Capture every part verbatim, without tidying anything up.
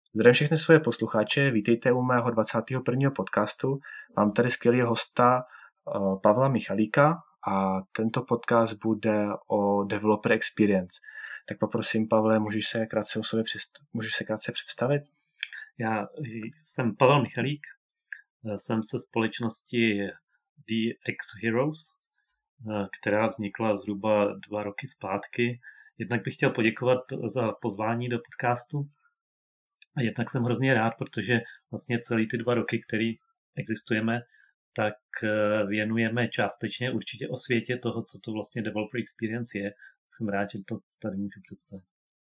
Zdravím všechny svoje posluchače, vítejte u mého dvacátého prvního podcastu. Mám tady skvělého hosta Pavla Michalíka a tento podcast bude o Developer Experience. Tak poprosím, Pavle, můžeš se krátce o sobě představit? Můžeš se krátce představit? Já jsem Pavel Michalík, jsem ze společnosti The X Heroes, která vznikla zhruba dva roky zpátky. Jednak bych chtěl poděkovat za pozvání do podcastu a jednak jsem hrozně rád, protože vlastně celý ty dva roky, který existujeme, tak věnujeme částečně určitě o světě toho, co to vlastně Developer Experience je. Jsem rád, že to tady můžu představit.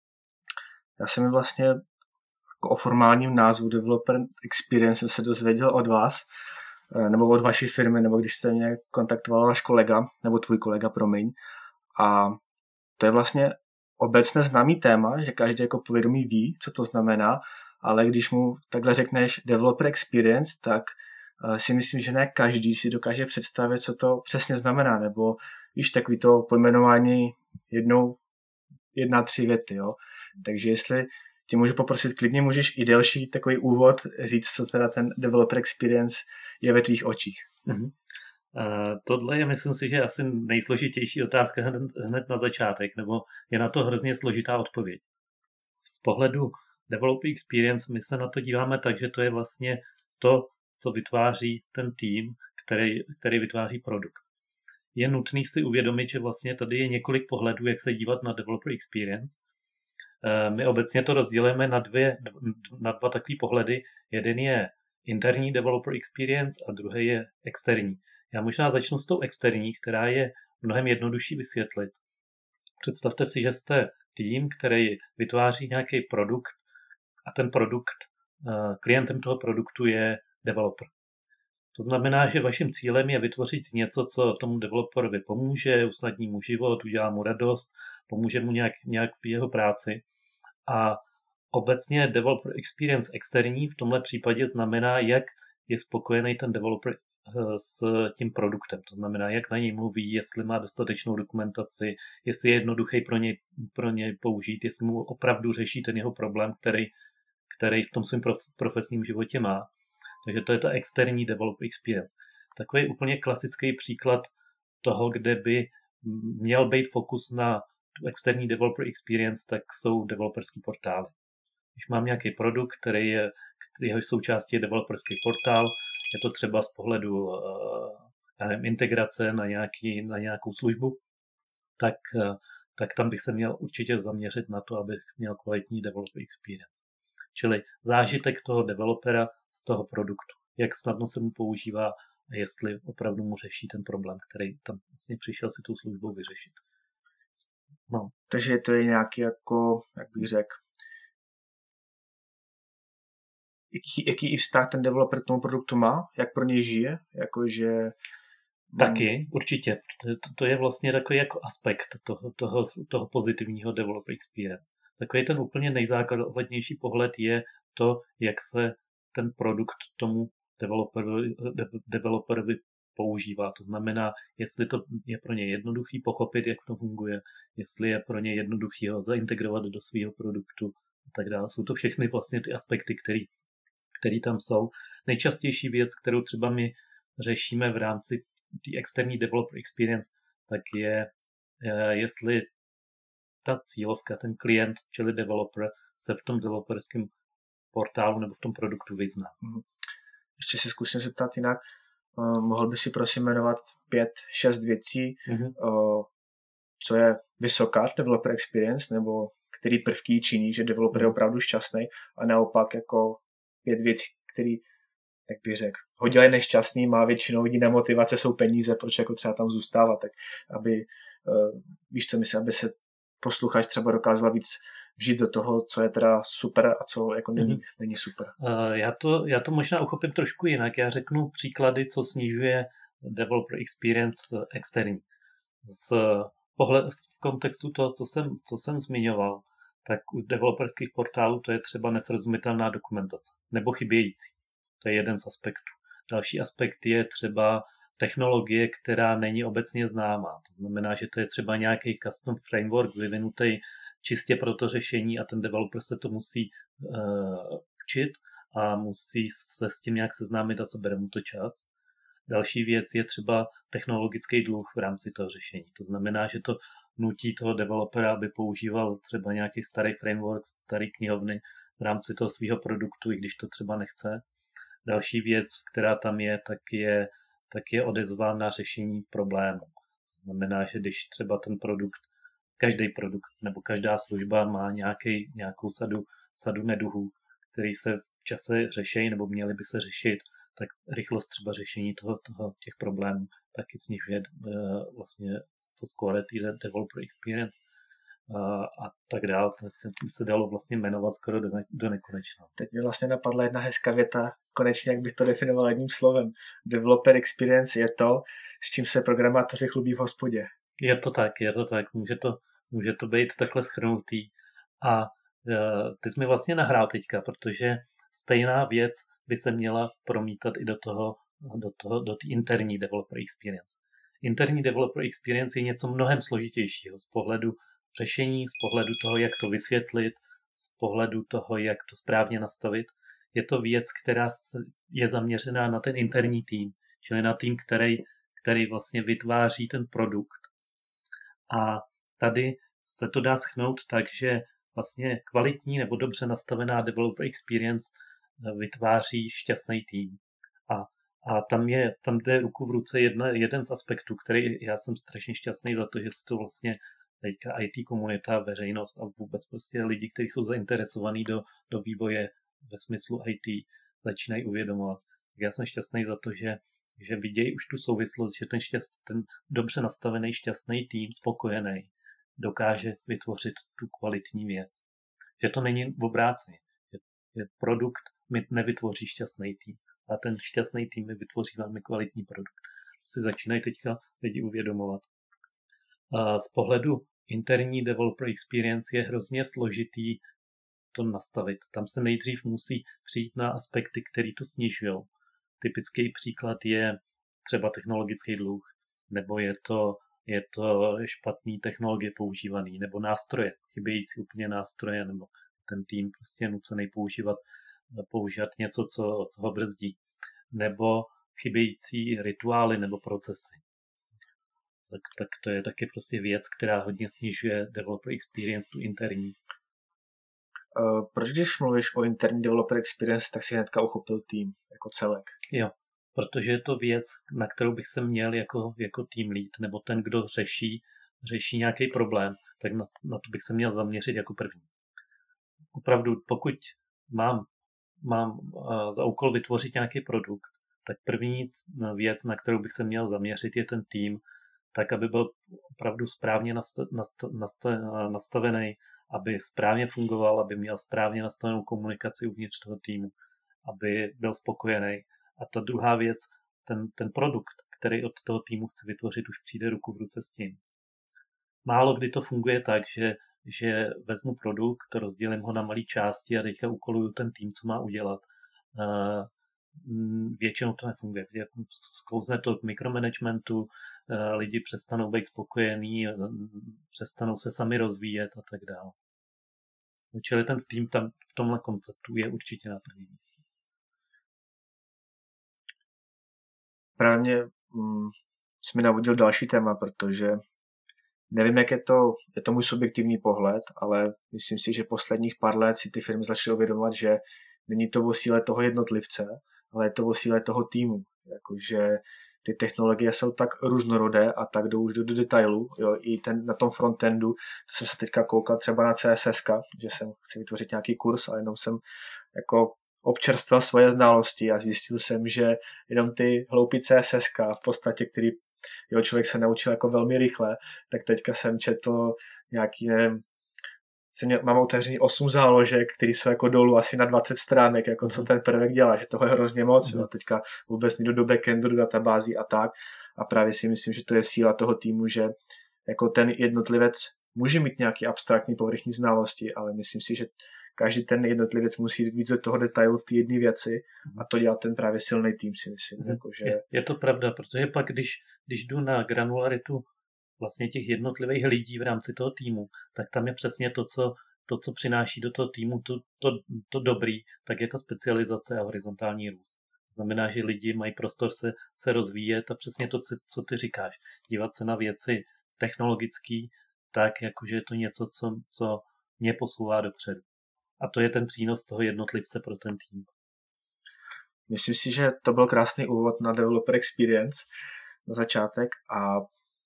Já jsem mi vlastně o formálním názvu Developer Experience jsem se dozvěděl od vás, nebo od vaší firmy, nebo když jste mě kontaktoval váš kolega, nebo tvůj kolega, promiň. A to je vlastně obecně známý téma, že každý jako povědomí ví, co to znamená, ale když mu takhle řekneš Developer Experience, tak si myslím, že ne každý si dokáže představit, co to přesně znamená, nebo víš, takový to pojmenování jednou, jedna, tři věty, jo. Takže jestli tě můžu poprosit, klidně můžeš i delší takový úvod říct, co teda ten Developer Experience je ve tvých očích. Mm-hmm. Uh, tohle je, myslím si, že asi nejsložitější otázka hned, hned na začátek, nebo je na to hrozně složitá odpověď. Z pohledu Developer Experience my se na to díváme tak, že to je vlastně to, co vytváří ten tým, který, který vytváří produkt. Je nutný si uvědomit, že vlastně tady je několik pohledů, jak se dívat na Developer Experience. My obecně to rozdělíme na, dvě, na dva takové pohledy. Jeden je interní Developer Experience a druhý je externí. Já možná začnu s tou externí, která je mnohem jednodušší vysvětlit. Představte si, že jste tým, který vytváří nějaký produkt a ten produkt, klientem toho produktu je developer. To znamená, že vaším cílem je vytvořit něco, co tomu developerovi pomůže, usnadní mu život, udělá mu radost, pomůže mu nějak, nějak v jeho práci. A obecně Developer Experience externí v tomhle případě znamená, jak je spokojený ten developer s tím produktem. To znamená, jak na něj mluví, jestli má dostatečnou dokumentaci, jestli je jednoduchý pro něj, pro něj použít, jestli mu opravdu řeší ten jeho problém, který, který v tom svém profesním životě má. Takže to je ta externí Developer Experience. Takový úplně klasický příklad toho, kde by měl být fokus na tu externí Developer Experience, tak jsou developerský portály. Když mám nějaký produkt, který je, jehož součástí je developerský portál, je to třeba z pohledu já nevím, integrace na, nějaký, na nějakou službu, tak, tak tam bych se měl určitě zaměřit na to, abych měl kvalitní Developer Experience. Čili zážitek toho developera z toho produktu, jak snadno se mu používá a jestli opravdu mu řeší ten problém, který tam vlastně přišel si tou službou vyřešit. No. Takže to je nějaký jako, jak bych řekl, jaký, jaký i vztah ten developer k tomu produktu má, jak pro něj žije, jakože... Taky, určitě. To, to je vlastně takový jako aspekt toho, toho, toho pozitivního developer experience. Takový ten úplně nejzákladnější pohled je to, jak se ten produkt tomu developerovi, developerovi používá. To znamená, jestli to je pro ně jednoduchý pochopit, jak to funguje, jestli je pro ně jednoduchý ho zaintegrovat do svého produktu a tak dále. Jsou to všechny vlastně ty aspekty, který, který tam jsou. Nejčastější věc, kterou třeba my řešíme v rámci té externí developer experience, tak je, jestli ta cílovka, ten klient, čili developer, se v tom developerském portálu nebo v tom produktu vyzná. Ještě se zkusím zeptat jinak. Uh, mohl by si prosím jmenovat pět, šest věcí, mm-hmm. uh, co je vysoká developer experience, nebo který prvky činí, že developer je opravdu šťastný, a naopak jako pět věcí, který, jak bych řekl, hodně je nešťastný, má většinou jediná motivace, jsou peníze, proč jako třeba tam zůstávat, tak aby, uh, víš co myslím, aby se posluchač třeba dokázal víc vžít do toho, co je teda super a co jako není, mm-hmm. není super. Uh, já, to, já to možná uchopím trošku jinak. Já řeknu příklady, co snižuje developer experience externí. Z pohled, v kontextu toho, co jsem, co jsem zmiňoval, tak u developerských portálů to je třeba nesrozumitelná dokumentace nebo chybějící. To je jeden z aspektů. Další aspekt je třeba technologie, která není obecně známá. To znamená, že to je třeba nějaký custom framework vyvinutý čistě pro to řešení a ten developer se to musí uh, učit a musí se s tím nějak seznámit a zabere mu to čas. Další věc je třeba technologický dluh v rámci toho řešení. To znamená, že to nutí toho developera, aby používal třeba nějaký starý framework, starý knihovny v rámci toho svého produktu, i když to třeba nechce. Další věc, která tam je, tak je, tak je odezva na řešení problému. To znamená, že když třeba ten produkt, každý produkt nebo každá služba má nějaký, nějakou sadu, sadu neduhů, který se v čase řeší nebo měly by se řešit, tak rychlost třeba řešení toho, toho, těch problémů taky snižuje uh, vlastně to score té developer experience uh, a tak dál. To se dalo vlastně jmenovat skoro do, ne, do nekonečna. Teď mi vlastně napadla jedna hezká věta, konečně jak bych to definoval jedním slovem. Developer experience je to, s čím se programátoři chlubí v hospodě. Je to tak, je to tak. Může to, může to být takhle shrnutý. A uh, ty jsi mi vlastně nahrál teďka, protože stejná věc by se měla promítat i do toho, do toho, do té interní developer experience. Interní developer experience je něco mnohem složitějšího z pohledu řešení, z pohledu toho, jak to vysvětlit, z pohledu toho, jak to správně nastavit. Je to věc, která je zaměřená na ten interní tým, čili na tým, který, který vlastně vytváří ten produkt. A tady se to dá shrnout tak, že vlastně kvalitní nebo dobře nastavená developer experience vytváří šťastný tým. A, a tam, je, tam jde ruku v ruce jedna, jeden z aspektů, který já jsem strašně šťastný za to, že si to vlastně teďka í té komunita, veřejnost a vůbec prostě lidi, kteří jsou zainteresovaní do, do vývoje ve smyslu í té, začínají uvědomovat. Tak já jsem šťastný za to, že, že vidějí už tu souvislost, že ten, šťast, ten dobře nastavený šťastný tým, spokojený, dokáže vytvořit tu kvalitní věc. Že to není v obráceně. Že produkt mi nevytvoří šťastný tým, a ten šťastný tým mi vytvoří velmi kvalitní produkt. To si začínají teďka lidi uvědomovat. A z pohledu interní developer experience je hrozně složitý to nastavit. Tam se nejdřív musí přijít na aspekty, které to snižují. Typický příklad je třeba technologický dluh, nebo je to, je to špatný technologie používaný, nebo nástroje, chybějící úplně nástroje, nebo ten tým prostě je nucený používat, používat něco, co, co ho brzdí, nebo chybějící rituály nebo procesy. Tak, tak to je taky prostě věc, která hodně snižuje developer experience, tu interní. Uh, proč když mluvíš o interní developer experience, tak si hnedka uchopil tým jako celek? Jo, protože je to věc, na kterou bych se měl jako, jako team lead, nebo ten, kdo řeší, řeší nějaký problém, tak na, na to bych se měl zaměřit jako první. Opravdu, pokud mám, mám uh, za úkol vytvořit nějaký produkt, tak první věc, na kterou bych se měl zaměřit, je ten tým, tak, aby byl opravdu správně nasta- nasta- nasta- nastavený, aby správně fungoval, aby měl správně nastavenou komunikaci uvnitř toho týmu, aby byl spokojený. A ta druhá věc, ten, ten produkt, který od toho týmu chci vytvořit, už přijde ruku v ruce s tím. Málo kdy to funguje tak, že, že vezmu produkt, rozdělím ho na malé části a teďka úkoluju ten tým, co má udělat. Uh, většinou to nefunguje. Sklouzne to k mikromanagementu, lidi přestanou být spokojení, přestanou se sami rozvíjet a tak dále. Čili ten tým tam v tomhle konceptu je určitě na prvním místě. Právě mě mm, jsi mi navodil další téma, protože nevím, jak je to, je to můj subjektivní pohled, ale myslím si, že posledních pár let si ty firmy začaly uvědomovat, že není to o síle toho jednotlivce, ale je to o síle toho týmu. Jakože ty technologie jsou tak různorodé a tak jdou už do, do detailu. Jo, i ten, na tom frontendu, to jsem se teďka koukal třeba na C S S, že jsem chci vytvořit nějaký kurz a jenom jsem jako občerstvil svoje znalosti a zjistil jsem, že jenom ty hloupý C S S v podstatě, který jo, člověk se naučil jako velmi rychle, tak teďka jsem četl nějaký, nevím, jsem měl, mám otevřený osm záložek, které jsou jako dolů asi na dvacet stránek, jako co ten prvek dělá, že toho je hrozně moc, mm. jo, teďka vůbec nejdu do backendu, do databází a tak a právě si myslím, že to je síla toho týmu, že jako ten jednotlivec může mít nějaký abstraktní povrchní znalosti, ale myslím si, že každý ten jednotlivec musí jít víc do toho detailu v té jedné věci a to dělá ten právě silný tým, si myslím. Mm. Jako, že... je, je to pravda, protože pak, když, když jdu na granularitu vlastně těch jednotlivých lidí v rámci toho týmu, tak tam je přesně to, co to, co přináší do toho týmu to, to, to dobrý, tak je ta specializace a horizontální růst. Znamená, že lidi mají prostor se, se rozvíjet a přesně to, co ty říkáš. Dívat se na věci technologický, tak jakože je to něco, co, co mě posouvá dopředu. A to je ten přínos toho jednotlivce pro ten tým. Myslím si, že to byl krásný úvod na Developer Experience na začátek a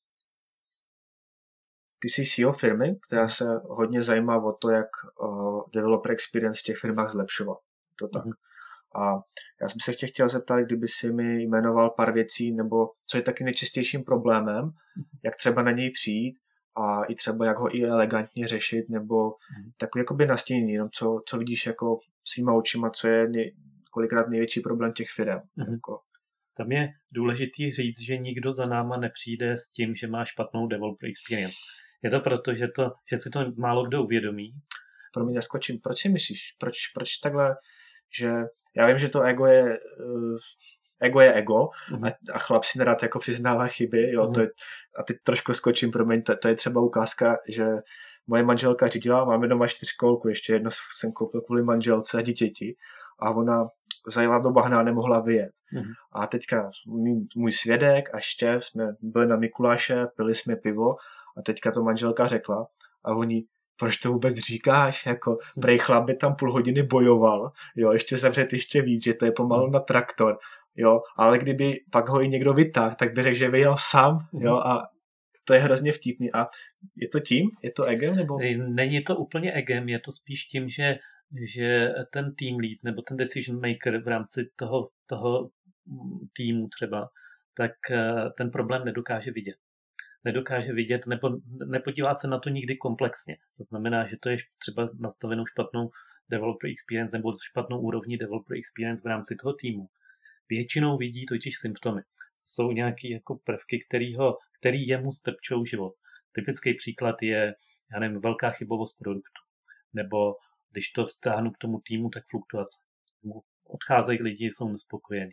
ty jsi C E O firmy, která se hodně zajímá o to, jak uh, Developer Experience v těch firmách zlepšovat. To tak. Mm-hmm. A já jsem se tě chtěl zeptat, kdyby si mi jmenoval pár věcí, nebo co je taky nejčastějším problémem, mm-hmm. jak třeba na něj přijít a i třeba jak ho i elegantně řešit, nebo mm-hmm. takový jakoby nastínění, jenom co, co vidíš jako svýma očima, co je nej, kolikrát největší problém těch firem. Mm-hmm. Jako. Tam je důležitý říct, že nikdo za náma nepřijde s tím, že má špatnou developer experience. Je to proto, že, to, že si to málo kdo uvědomí. Promiň, já skočím. Proč si myslíš? Proč, proč takhle, že já vím, že to ego je uh, ego je ego uh-huh. a, a chlap si nerad jako přiznává chyby, jo, uh-huh. to je, a teď trošku skočím, promiň, to, to je třeba ukázka, že moje manželka řídila, máme doma čtyřkolku, ještě jedno jsem koupil kvůli manželce a dítěti a ona zajela do bahna a nemohla vyjet. Uh-huh. A teďka můj, můj svědek a ještě jsme byli na Mikuláše, pili jsme pivo a teďka to manželka řekla a oni, proč to vůbec říkáš, jako prej chlap by tam půl hodiny bojoval, jo, ještě zavřet ještě víc, že to je pomalu na traktor, jo, ale kdyby pak ho i někdo vytáhl, tak by řekl, že vyjel sám, jo, a to je hrozně vtipný. A je to tím? Je to egem? Nebo? Není to úplně egem, je to spíš tím, že, že ten team lead nebo ten decision maker v rámci toho, toho týmu třeba, tak ten problém nedokáže vidět. nedokáže vidět, nebo nepodívá se na to nikdy komplexně. To znamená, že to je třeba nastavenou špatnou developer experience nebo špatnou úrovní developer experience v rámci toho týmu. Většinou vidí totiž symptomy. Jsou nějaké jako prvky, který, ho, který jemu strpčou život. Typický příklad je, já nevím, velká chybovost produktu. Nebo když to vztáhnu k tomu týmu, tak fluktuace. Odcházejí lidi, jsou nespokojení.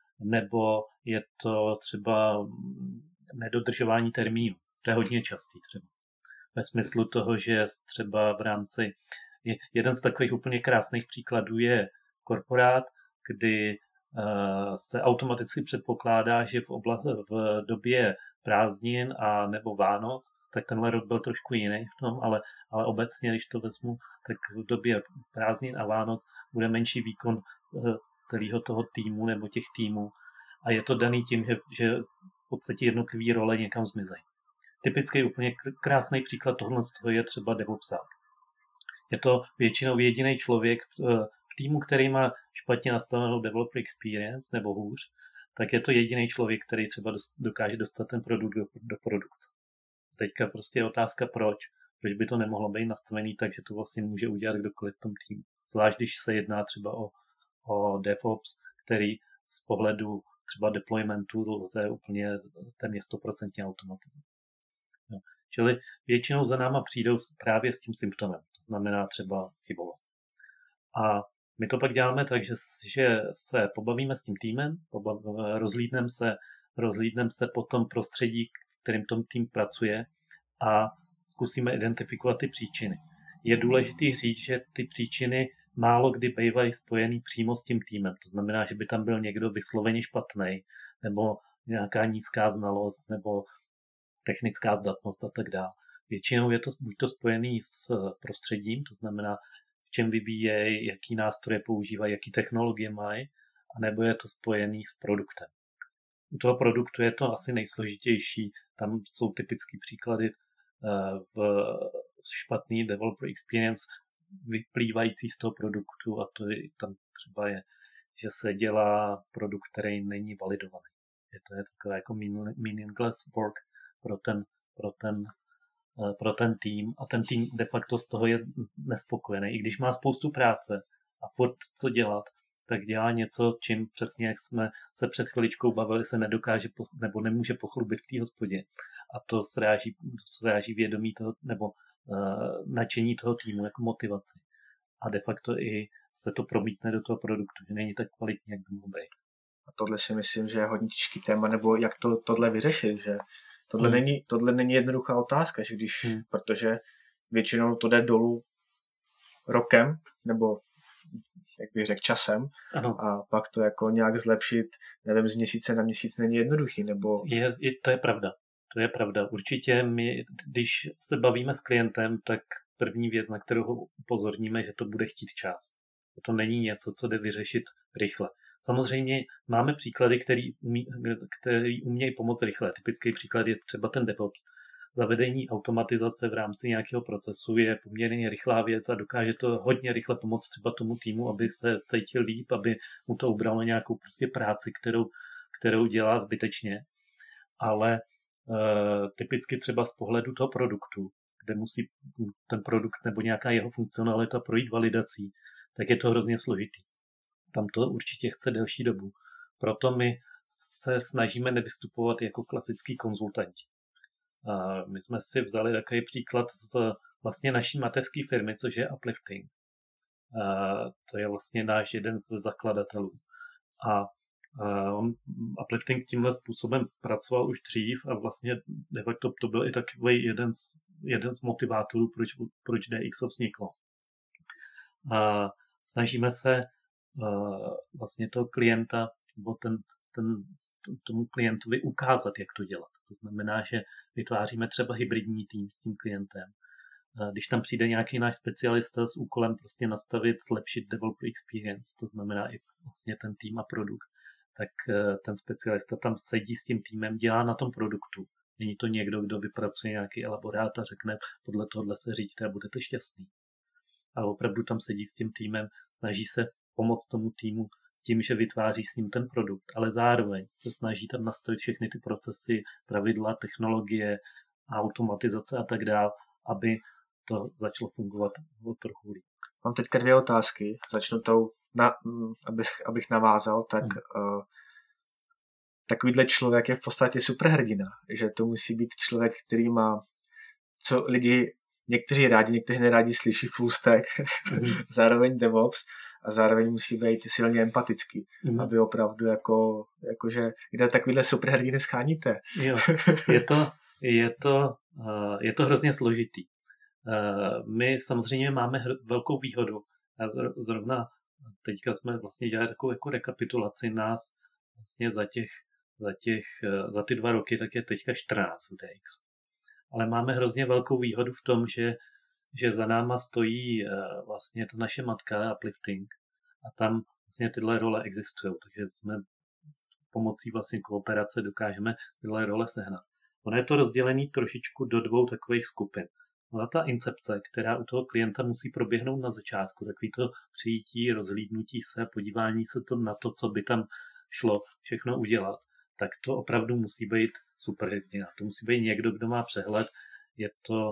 Nebo je to třeba nedodržování termínu. To je hodně častý třeba. Ve smyslu toho, že třeba v rámci... Jeden z takových úplně krásných příkladů je korporát, kdy uh, se automaticky předpokládá, že v, obla, v době prázdnin a nebo Vánoc, tak tenhle rok byl trošku jiný v tom, ale, ale obecně, když to vezmu, tak v době prázdnin a Vánoc bude menší výkon uh, celého toho týmu nebo těch týmů. A je to daný tím, že, že v podstatě jednotlivý role někam zmizejí. Typický úplně krásný příklad tohle z toho je třeba DevOpsák. Je to většinou jediný člověk v, v týmu, který má špatně nastavenou developer experience nebo hůř, tak je to jediný člověk, který třeba dokáže dostat ten produkt do, do produkce. Teďka prostě je otázka proč. Proč by to nemohlo být nastavený tak, že to vlastně může udělat kdokoliv v tom týmu. Zvlášť, když se jedná třeba o, o DevOps, který z pohledu třeba deploymentu lze úplně téměř sto procent automatizovat. No. Čili většinou za náma přijdou právě s tím symptomem, to znamená třeba chybovost. A my to pak děláme tak, že, že se pobavíme s tím týmem, pobav, rozlídneme se, rozlídnem se po tom prostředí, v kterém tom tým pracuje a zkusíme identifikovat ty příčiny. Je důležité říct, že ty příčiny málo kdy bývají spojený přímo s tím týmem. To znamená, že by tam byl někdo vysloveně špatný, nebo nějaká nízká znalost, nebo technická zdatnost a tak dále. Většinou je to buď to spojený s prostředím, to znamená, v čem vyvíjejí, jaký nástroje používají, jaký technologie mají, anebo je to spojený s produktem. U toho produktu je to asi nejsložitější, tam jsou typické příklady v špatný developer experience vyplývající z toho produktu a to je, tam třeba je, že se dělá produkt, který není validovaný. Je to je takové jako meaningless work pro ten, pro ten, pro ten tým a ten tým de facto z toho je nespokojený. I když má spoustu práce a furt co dělat, tak dělá něco, čím přesně, jak jsme se před chviličkou bavili, se nedokáže nebo nemůže pochlubit v té hospodě. A to sráží, sráží vědomí toho, nebo uh, nadšení toho týmu jako motivaci. A de facto i se to promítne do toho produktu, že není tak kvalitní, jak by mohl být. A tohle si myslím, že je hodně těžký téma, nebo jak to, tohle vyřešit, že tohle, hmm. není, tohle není jednoduchá otázka, že když, hmm. protože většinou to jde dolů rokem, nebo jak bych řekl, časem. Ano. A pak to jako nějak zlepšit, nevím, z měsíce na měsíc není jednoduchý, nebo... Je, je, to je pravda. To je pravda. Určitě my, když se bavíme s klientem, tak první věc, na kterou ho upozorníme, že to bude chtít čas. To není něco, co jde vyřešit rychle. Samozřejmě máme příklady, který, umí, který umějí pomoct rychle. Typický příklad je třeba ten DevOps. Zavedení automatizace v rámci nějakého procesu je poměrně rychlá věc a dokáže to hodně rychle pomoct třeba tomu týmu, aby se cítil líp, aby mu to ubralo nějakou prostě práci, kterou, kterou dělá zbytečně. Ale e, typicky třeba z pohledu toho produktu, kde musí ten produkt nebo nějaká jeho funkcionalita projít validací, tak je to hrozně složitý. Tam to určitě chce delší dobu. Proto my se snažíme nevystupovat jako klasický konzultanti. My jsme si vzali takový příklad z vlastně naší mateřské firmy, což je Uplifting. To je vlastně náš jeden z zakladatelů. A on Uplifting tímhle způsobem pracoval už dřív a vlastně de facto to byl i takový jeden z, jeden z motivátorů, proč, proč D X O vzniklo. A snažíme se vlastně toho klienta nebo ten, ten, tomu klientovi ukázat, jak to dělat. To znamená, že vytváříme třeba hybridní tým s tím klientem. Když tam přijde nějaký náš specialista s úkolem prostě nastavit, zlepšit developer experience, to znamená i vlastně ten tým a produkt, tak ten specialista tam sedí s tím týmem, dělá na tom produktu. Není to někdo, kdo vypracuje nějaký elaborát a řekne, podle tohohle se říďte a budete šťastný. Ale opravdu tam sedí s tím týmem, snaží se pomoct tomu týmu tím, že vytváří s ním ten produkt, ale zároveň se snaží tam nastavit všechny ty procesy, pravidla, technologie, automatizace a tak dále, aby to začalo fungovat o trochu líp. Mám teďka dvě otázky. Začnu tou, na, abych, abych navázal, tak hmm. uh, takovýhle člověk je v podstatě superhrdina, že to musí být člověk, který má, co lidi, někteří rádi, někteří nerádi slyší full stack, hmm. zároveň DevOps, a zároveň musí být silně empatický, mm. aby opravdu jako, jakože, kde takovýhle superhrdiny scháníte. Jo, je to, je to, je to hrozně složitý. My samozřejmě máme velkou výhodu. A zrovna teďka jsme vlastně dělali takovou jako rekapitulaci nás vlastně za těch, za těch, za ty dva roky, tak je teďka čtrnáct v D X. Ale máme hrozně velkou výhodu v tom, že že za náma stojí vlastně ta naše matka Uplifting a tam vlastně tyhle role existují, takže jsme pomocí vlastně kooperace dokážeme tyhle role sehnat. Ono je to rozdělený trošičku do dvou takových skupin. Ona ta incepce, která u toho klienta musí proběhnout na začátku, takový to přijítí, rozhlídnutí se, podívání se to na to, co by tam šlo všechno udělat, tak to opravdu musí být superhrdina. To musí být někdo, kdo má přehled, je to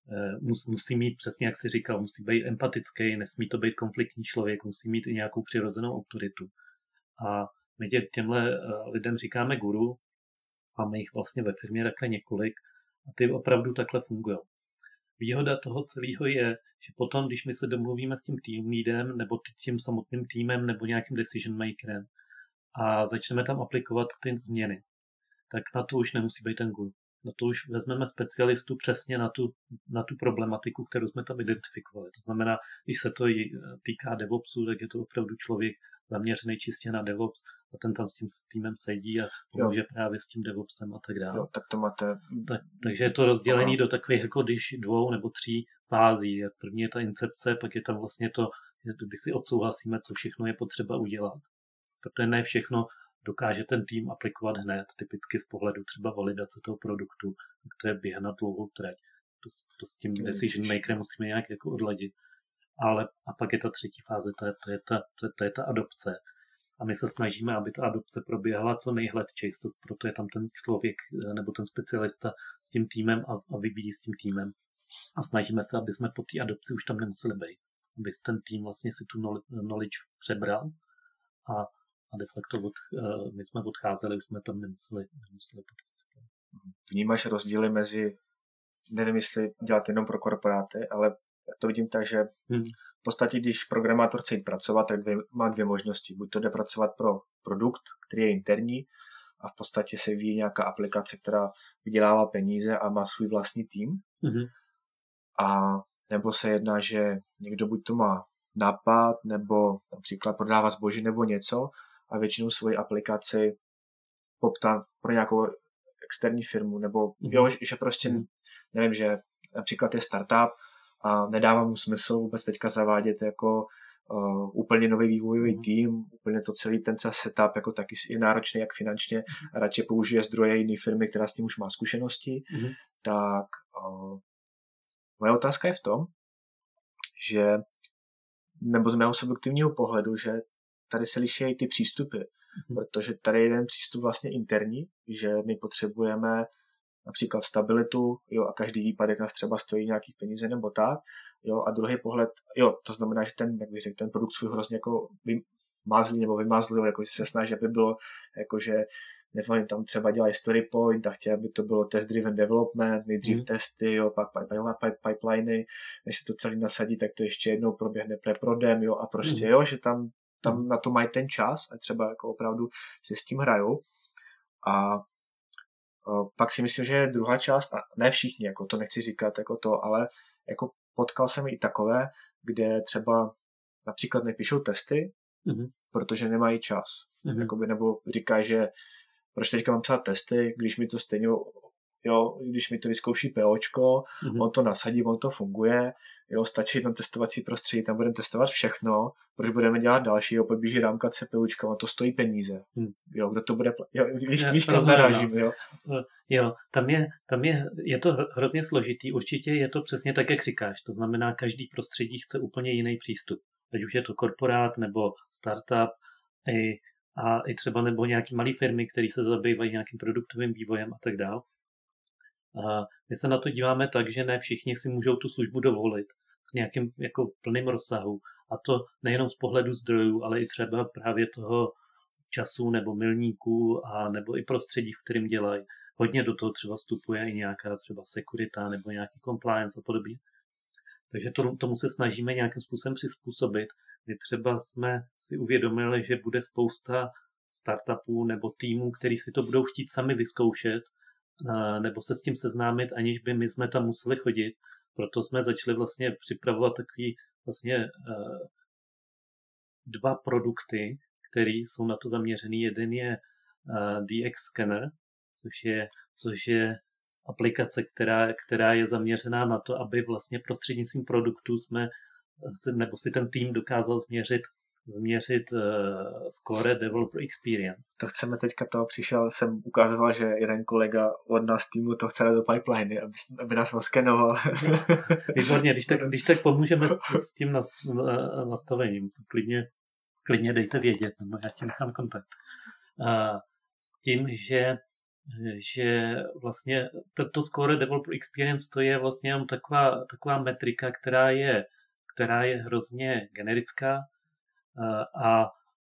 musí mít, přesně jak jsi říkal, musí být empatický, nesmí to být konfliktní člověk, musí mít i nějakou přirozenou autoritu. A my tě, těmhle lidem říkáme guru, máme jich vlastně ve firmě takhle několik a ty opravdu takhle fungují. Výhoda toho celého je, že potom, když my se domluvíme s tím team leadem nebo tím samotným týmem nebo nějakým decision makerem a začneme tam aplikovat ty změny, tak na to už nemusí být ten guru. Na to už vezmeme specialistu přesně na tu, na tu problematiku, kterou jsme tam identifikovali. To znamená, když se to týká DevOpsu, tak je to opravdu člověk zaměřený čistě na DevOps a ten tam s tím s týmem sedí a pomůže jo. právě s tím DevOpsem a tak dále. Jo, tak to máte... Tak, takže je to rozdělení do takových jako když dvou nebo tří fází. První je ta incepce, pak je tam vlastně to, kdy si odsouhlasíme, co všechno je potřeba udělat. Protože ne všechno dokáže ten tým aplikovat hned, typicky z pohledu třeba validace toho produktu, to je běh na dlouhou trať. To, to s tím decision makerem musíme nějak jako odladit. Ale a pak je ta třetí fáze, to je, to je, ta, to je, to je ta adopce. A my se snažíme, aby ta adopce proběhla co nejhladčej, proto je tam ten člověk nebo ten specialista s tím týmem a, a vyvíjí s tím týmem. A snažíme se, aby jsme po té adopci už tam nemuseli být. Aby ten tým vlastně si tu knowledge přebral a A de facto od, my jsme odcházeli, už jsme tam nemuseli, nemuseli participovat. Vnímáš rozdíly mezi, nevím, jestli dělat jenom pro korporáty, ale já to vidím tak, že hmm. v podstatě, když programátor chce jít pracovat, tak dvě, má dvě možnosti. Buď to jde pracovat pro produkt, který je interní a v podstatě se vyvíjí nějaká aplikace, která vydělává peníze a má svůj vlastní tým. Hmm. A nebo se jedná, že někdo buď to má nápad, nebo například prodává zboží nebo něco a většinou svoji aplikaci poptá pro nějakou externí firmu, nebo mm-hmm. jo, že prostě, mm-hmm. nevím, že například je startup a nedává mu smysl vůbec teďka zavádět jako uh, úplně nový vývojový mm-hmm. tým, úplně to celý ten setup jako taky je náročný jak finančně mm-hmm. a radši použije zdroje jiné firmy, která s tím už má zkušenosti, mm-hmm. tak uh, moje otázka je v tom, že nebo z mého subjektivního pohledu, že tady se liší ty přístupy, mm-hmm. protože tady je jeden přístup vlastně interní, že my potřebujeme například stabilitu, jo, a každý výpadek nás třeba stojí nějaký peníze nebo tak, jo, a druhý pohled, jo, to znamená, že ten, jak bych řekl, ten produkt svůj hrozně jako vymázlí nebo vymázlí, jako že se snaží, aby bylo, jakože, nevím, tam třeba dělají story point a chtějí, aby to bylo test-driven development, nejdřív mm. testy, jo, pak pipeliny, než se to celý nasadí, tak to ještě jednou proběhne preprodem, jo, a prostě, mm. jo, že tam, tam mm. na to mají ten čas a třeba jako opravdu si s tím hrajou. A pak si myslím, že je druhá část, a ne všichni, jako to nechci říkat jako to, ale jako potkal jsem i takové, kde třeba například nepíšou testy, mm-hmm. protože nemají čas. Mm-hmm. Jakoby, nebo říkají, že proč teďka mám psát testy, když mi to stejně, jo, když mi to vyzkouší POčko, mm-hmm. on to nasadí, on to funguje, jo, stačí tam testovací prostředí, tam budeme testovat všechno, proč budeme dělat další, jo, pak běží rámka CPUčka, on to stojí peníze, mm. jo, kdo to bude, pl- jo, víš, víš kam narážím, jo. Jo, tam je, tam je, je to hrozně složitý, určitě je to přesně tak, jak říkáš, to znamená, každý prostředí chce úplně jiný přístup, ať už je to korporát nebo startup, i, a i třeba nebo nějaký malý firmy, které se zabývají nějakým produktovým vývojem a tak dále. A my se na to díváme tak, že ne všichni si můžou tu službu dovolit v nějakém jako plném rozsahu. A to nejenom z pohledu zdrojů, ale i třeba právě toho času nebo milníků a nebo i prostředí, v kterém dělají. Hodně do toho třeba vstupuje i nějaká třeba sekurita nebo nějaký compliance a podobně. Takže to, tomu se snažíme nějakým způsobem přizpůsobit. My třeba jsme si uvědomili, že bude spousta startupů nebo týmů, který si to budou chtít sami vyzkoušet, nebo se s tím seznámit, aniž by my jsme tam museli chodit. Proto jsme začali vlastně připravovat takový vlastně dva produkty, které jsou na to zaměřený. Jeden je D X Scanner, což je, což je aplikace, která, která je zaměřená na to, aby vlastně prostřednictvím produktu jsme nebo si ten tým dokázal změřit změřit uh, score developer experience. To chceme teďka toho, přišel jsem ukazoval, že jeden kolega od nás týmu to chce dát do pipeliny, aby, aby nás oskenoval. Výborně, když tak, když tak pomůžeme s, s tím nastavením, to klidně, klidně dejte vědět, nebo já ti nechám kontakt. Uh, s tím, že, že vlastně to, to score developer experience to je vlastně jenom taková, taková metrika, která je, která je hrozně generická, a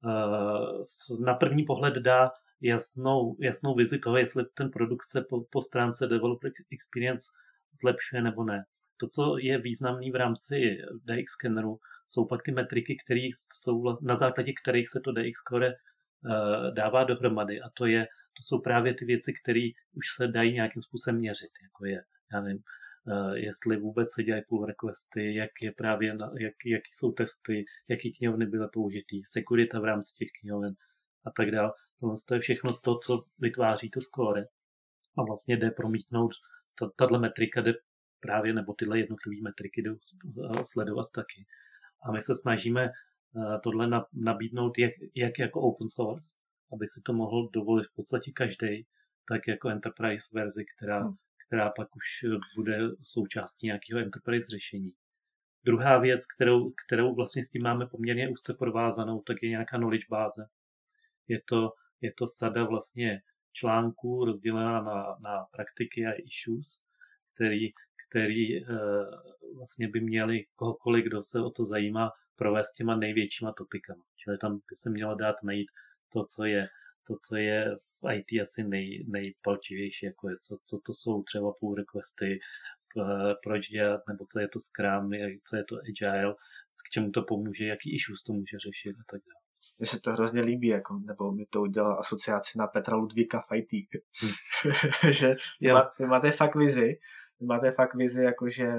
na první pohled dá jasnou, jasnou vizi toho, jestli ten produkt se po, po stránce developer experience zlepšuje nebo ne. To, co je významný v rámci D X scanneru, jsou pak ty metriky, které jsou na základě kterých se to D X score dává dohromady. A to, je, to jsou právě ty věci, které už se dají nějakým způsobem měřit, jako je, já nevím, Uh, jestli vůbec se dělají pull requesty, jak je právě, na, jak, jaký jsou testy, jaký knihovny byly použitý, sekurita v rámci těch knihoven a tak dále. To je všechno to, co vytváří to score. A vlastně jde promítnout, tato metrika jde právě, nebo tyhle jednotlivé metriky jdou sledovat taky. A my se snažíme uh, tohle nabídnout jak, jak jako open source, aby si to mohl dovolit v podstatě každý, tak jako enterprise verzi, která hmm. která pak už bude součástí nějakého enterprise řešení. Druhá věc, kterou, kterou vlastně s tím máme poměrně úzce provázanou, tak je nějaká knowledge báze. Je to, je to sada vlastně článků rozdělená na, na praktiky a issues, který, který e, vlastně by měli kohokoliv, kdo se o to zajímá, provést těma největšíma topikama. Čili tam by se mělo dát najít to, co je to, co je v I T asi nej, nejpalčivější, jako je, co, co to jsou třeba pull requesty, proč dělat, nebo co je to Scrum, co je to Agile, k čemu to pomůže, jaký issues to může řešit a tak dále. Mně se to hrozně líbí, jako, nebo mi to udělala asociaci na Petra Ludvíka v I T. Hmm. že vy, má, vy máte fakt vizi, vy máte fakt vizi, jakože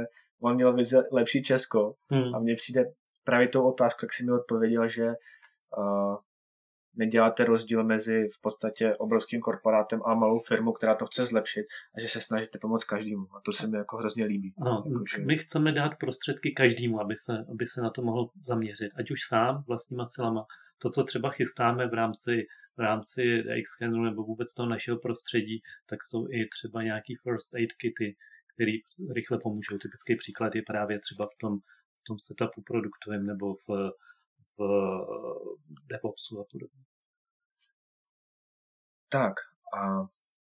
on měl vizi lepší Česko hmm. a mně přijde právě tou otázkou, jak jsi mi odpověděl, že uh, neděláte rozdíl mezi v podstatě obrovským korporátem a malou firmou, která to chce zlepšit a že se snažíte pomoct každému. A to se mi jako hrozně líbí. No, jako, že... My chceme dát prostředky každému, aby se, aby se na to mohl zaměřit. Ať už sám vlastníma silama. To, co třeba chystáme v rámci, v rámci Xcanneru nebo vůbec toho našeho prostředí, tak jsou i třeba nějaký first aid kity, který rychle pomůžou. Typický příklad je právě třeba v tom, v tom setupu produktovém nebo v, v DevOpsu a podobně. Tak a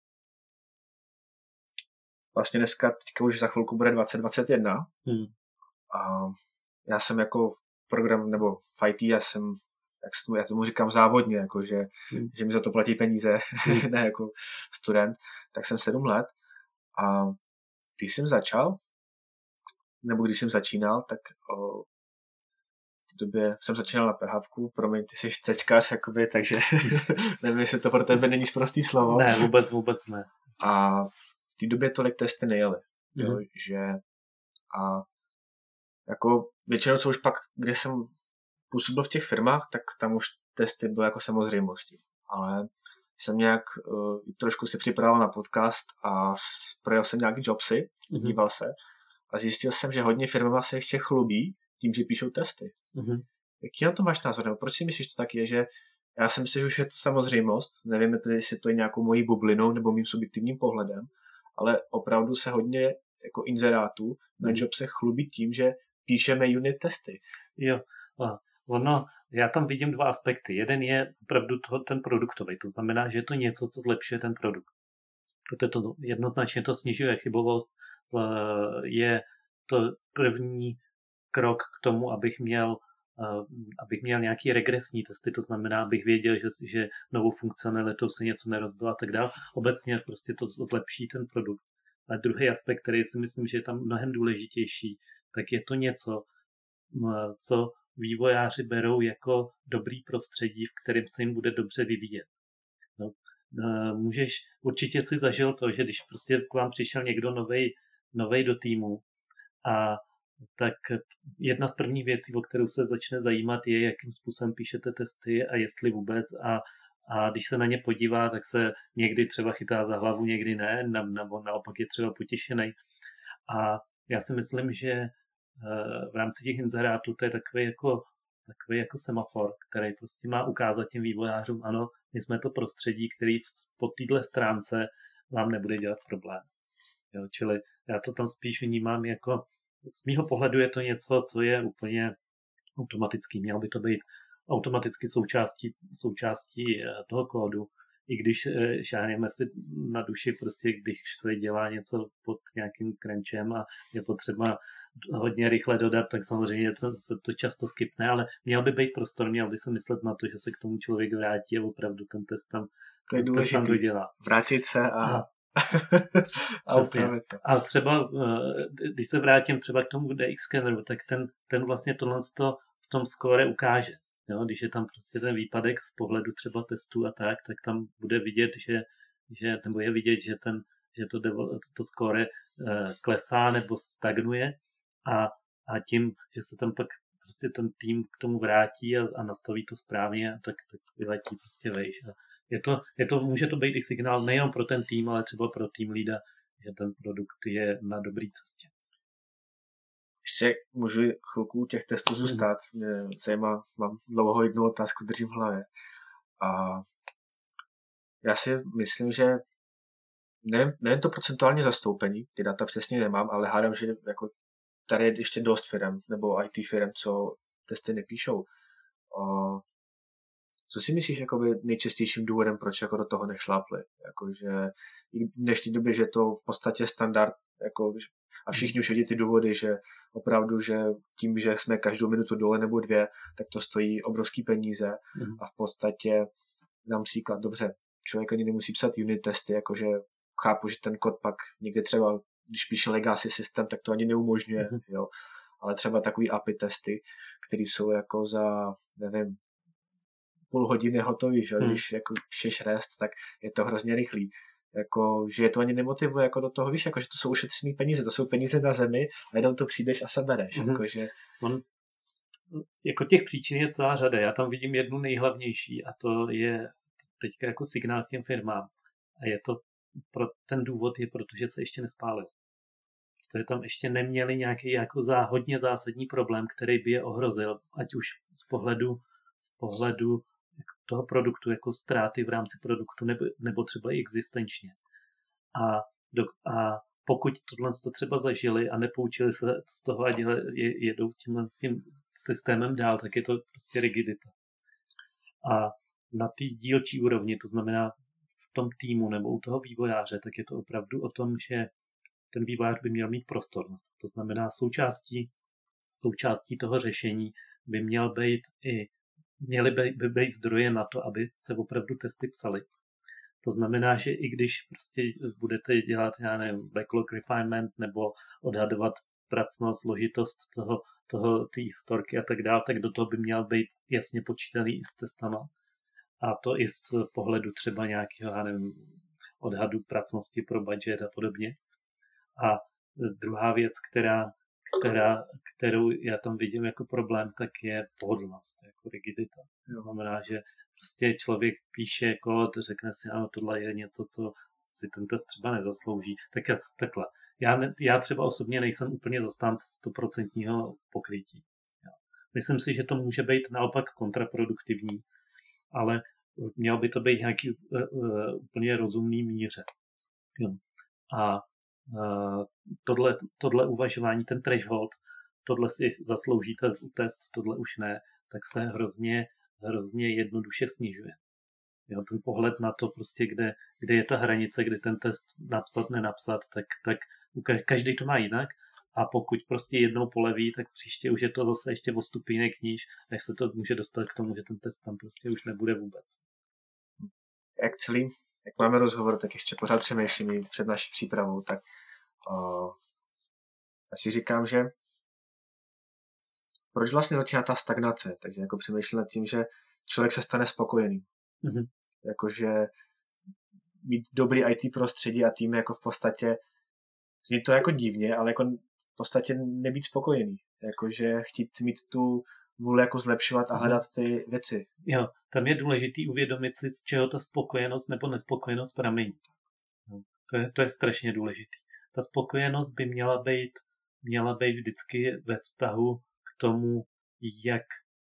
vlastně dneska, teďka už za chvilku bude dvacet dvacet jedna hmm. a já jsem jako program, nebo v í té, já jsem, jak se tomu, já tomu říkám závodně, jako že, hmm. že mi za to platí peníze, hmm. ne jako student, tak jsem sedm let a když jsem začal, nebo když jsem začínal, tak o, v té době jsem začínal na PHPku, promiň, ty jsi cečkař, jakoby, takže nevím, jestli to pro tebe není sprostý slovo. Ne, vůbec, vůbec ne. A v té době tolik testy nejeli, mm. jo, že a jako většinou, co už pak, kde jsem působil v těch firmách, tak tam už testy byly jako samozřejmostí, ale jsem nějak uh, trošku si připravil na podcast a projel jsem nějaký jobsy, mm. díval se a zjistil jsem, že hodně firm se ještě chlubí tím, že píšou testy. Mm-hmm. Jaký na to máš názor? Nebo proč si myslíš, že to tak je, že já si myslím, že už je to samozřejmost, nevím, jestli to je nějakou mojí bublinou nebo mým subjektivním pohledem, ale opravdu se hodně jako inzerátů na job se chlubí tím, že píšeme unit testy. Jo, ono, já tam vidím dva aspekty. Jeden je opravdu toho, ten produktový, to znamená, že je to něco, co zlepšuje ten produkt. Protože to jednoznačně to snižuje chybovost, je to první krok k tomu, abych měl, uh, abych měl nějaký regresní testy, to znamená, abych věděl, že, že novou funkcionalitou se něco nerozbilo a tak dále. Obecně prostě to zlepší ten produkt. A druhý aspekt, který si myslím, že je tam mnohem důležitější, tak je to něco, co vývojáři berou jako dobrý prostředí, v kterém se jim bude dobře vyvíjet. No, můžeš, určitě si zažil to, že když prostě k vám přišel někdo novej, novej do týmu a tak jedna z prvních věcí, o kterou se začne zajímat, je, jakým způsobem píšete testy a jestli vůbec. A, a když se na ně podívá, tak se někdy třeba chytá za hlavu, někdy ne, nebo naopak je třeba potěšený. A já si myslím, že v rámci těch inzerátů to je takový jako, takový jako semafor, který prostě má ukázat těm vývojářům, ano, my jsme to prostředí, který po této stránce vám nebude dělat problém. Jo, čili já to tam spíš vnímám jako z mýho pohledu je to něco, co je úplně automatický. Mělo by to být automaticky součástí, součástí toho kódu. I když šáhneme si na duši, prostě když se dělá něco pod nějakým crunchem a je potřeba hodně rychle dodat, tak samozřejmě to, se to často skipne, ale měl by být prostor, měl by se myslet na to, že se k tomu člověk vrátí a opravdu ten test tam, to je test tam dodělá. Vrátit se a... a a, a třeba, když se vrátím třeba k tomu D X Scanneru, tak ten, ten vlastně tohle v tom score ukáže. Jo? Když je tam prostě ten výpadek z pohledu třeba testů a tak, tak tam bude vidět, že, že nebo je vidět, že, ten, že to, to score klesá nebo stagnuje a, a tím, že se tam pak prostě ten tým k tomu vrátí a, a nastaví to správně, tak, tak vyletí prostě vejš. Je to, je to, může to být i signál nejen pro ten tým, ale třeba pro tým lída, že ten produkt je na dobré cestě. Ještě můžu chvilku těch testů zůstat. Mě zajímá, mám dlouho jednu otázku, držím v hlavě. A já si myslím, že nevím, nevím to procentuálně zastoupení, ty data přesně nemám, ale hádám, že jako tady je ještě dost firm, nebo í té firm, co testy nepíšou. A co si myslíš jakoby nejčastějším důvodem, proč jako do toho nešlápli? Jakože i v dnešní době, že to v podstatě standard, jako, a všichni už vidí ty důvody, že opravdu, že tím, že jsme každou minutu dole nebo dvě, tak to stojí obrovský peníze mm. a v podstatě dám příklad, dobře, člověk ani nemusí psat unit testy, jakože chápu, že ten kód pak někde třeba, když píše legacy systém, tak to ani neumožňuje, mm. jo, ale třeba takový A P I testy, které jsou jako za, nevím, půl hodiny hotový, že? Hmm. Když jako píšeš rest, tak je to hrozně rychlý. jako, že je to ani nemotivuje jako do toho, víš, jako, že to jsou ušetřený peníze, to jsou peníze na zemi a jenom to přijdeš a sebereš. Mm-hmm. Jako, že... On, jako těch příčin je celá řada. Já tam vidím jednu nejhlavnější a to je teďka jako signál k těm firmám. A je to, pro ten důvod je, protože se ještě nespálil. Protože tam ještě neměli nějaký jako zá, hodně zásadní problém, který by je ohrozil, ať už z pohledu, z pohledu toho produktu, jako ztráty v rámci produktu, nebo, nebo třeba i existenčně. A, do, a pokud tohle to třeba zažili a nepoučili se z toho a děle, je, jedou tímhle s tím systémem dál, tak je to prostě rigidita. A na té dílčí úrovni, to znamená v tom týmu nebo u toho vývojáře, tak je to opravdu o tom, že ten vývojář by měl mít prostor. To znamená součástí, součástí toho řešení by měl být i, měly by, by být zdroje na to, aby se opravdu testy psaly. To znamená, že i když prostě budete dělat, já nevím, backlog refinement nebo odhadovat pracnost, složitost toho, toho té storky a tak dále, tak do toho by měl být jasně počítaný i s testama. A to i z pohledu třeba nějakého, já nevím, odhadu pracnosti pro budget a podobně. A druhá věc, která, která, kterou já tam vidím jako problém, tak je pohodlnost, jako rigidita. To znamená, že prostě člověk píše kód, řekne si, ano, tohle je něco, co si ten test třeba nezaslouží. Tak takhle. Já, ne, já třeba osobně nejsem úplně zastánce stoprocentního pokrytí. Myslím si, že to může být naopak kontraproduktivní, ale mělo by to být nějaký uh, uh, úplně rozumný míře. Jo. A uh, tohle, tohle uvažování, ten threshold, tohle si zaslouží test, tohle už ne, tak se hrozně, hrozně jednoduše snižuje. Jo, ten pohled na to, prostě, kde, kde je ta hranice, kde ten test napsat, nenapsat, tak, tak každý to má jinak. A pokud prostě jednou poleví, tak příště už je to zase ještě o stupínek níž, až se to může dostat k tomu, že ten test tam prostě už nebude vůbec. Jak celý, jak máme rozhovor, tak ještě pořád přemýšlím před naší přípravou, tak uh, já si říkám, že proč vlastně začíná ta stagnace, takže jako přemýšlím nad tím, že člověk se stane spokojený. Mm-hmm. Jakože mít dobrý í té prostředí a tým jako v podstatě zní to jako divně, ale jako v podstatě nebýt spokojený. Jakože chtít mít tu vůli jako zlepšovat a hledat ty věci. Jo, tam je důležitý uvědomit si, z čeho ta spokojenost nebo nespokojenost pramení. No, to, je, to je strašně důležitý. Ta spokojenost by měla být, měla být vždycky ve vztahu k tomu, jak,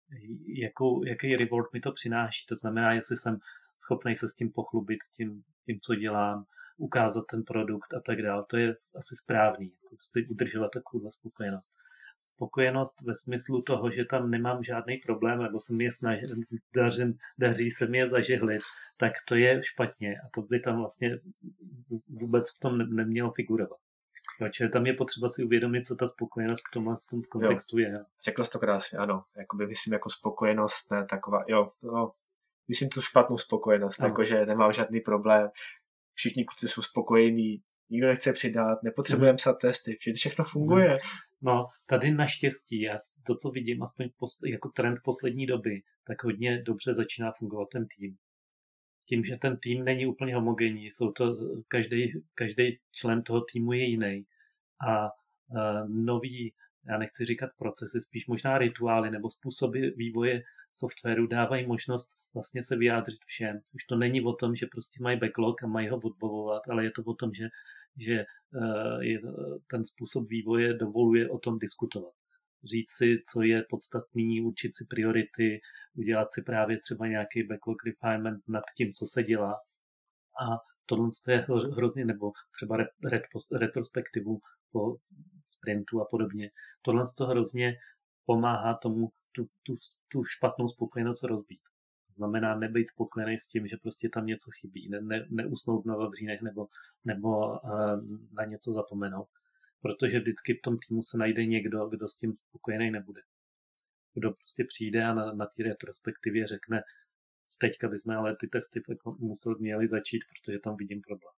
jakou, jaký reward mi to přináší. To znamená, jestli jsem schopný se s tím pochlubit, tím, tím co dělám, ukázat ten produkt a tak dále. To je asi správný, jako si udržovat takovou spokojenost. Spokojenost ve smyslu toho, že tam nemám žádný problém, nebo se mi je snaží, daří, daří se mi je zažehlit, tak to je špatně a to by tam vlastně vůbec v tom nemělo figurovat. Jo, čili tam je potřeba si uvědomit, co ta spokojenost v tomhle v tom kontextu jo. je. Řekl jsi to krásně, ano. Jakoby myslím jako spokojenost, ne taková, jo, no, myslím tu špatnou spokojenost, jakože nemám žádný problém, všichni kluci jsou spokojení, nikdo nechce přidat, nepotřebujeme psát testy, všechno funguje. No, tady naštěstí, a to, co vidím, aspoň posl- jako trend poslední doby, tak hodně dobře začíná fungovat ten tým. Tím, že ten tým není úplně homogenní, jsou to, každý, každý člen toho týmu je jiný. A uh, nový, já nechci říkat procesy, spíš možná rituály nebo způsoby vývoje softwaru dávají možnost vlastně se vyjádřit všem. Už to není o tom, že prostě mají backlog a mají ho odbavovat, ale je to o tom, že, že uh, je, ten způsob vývoje dovoluje o tom diskutovat. Říct si, co je podstatný, určit si priority, udělat si právě třeba nějaký backlog refinement nad tím, co se dělá. A tohle je hrozně, nebo třeba retrospektivu po sprintu a podobně. Tohle to hrozně pomáhá tomu tu, tu, tu špatnou spokojenost rozbít. Znamená nebejt spokojený s tím, že prostě tam něco chybí, ne, ne, neusnout na vavřínech nebo, nebo uh, na něco zapomenout. Protože vždycky v tom týmu se najde někdo, kdo s tím spokojený nebude. Kdo prostě přijde a na, na té retrospektivě řekne, teďka bychom ale ty testy museli měli začít, protože tam vidím problém.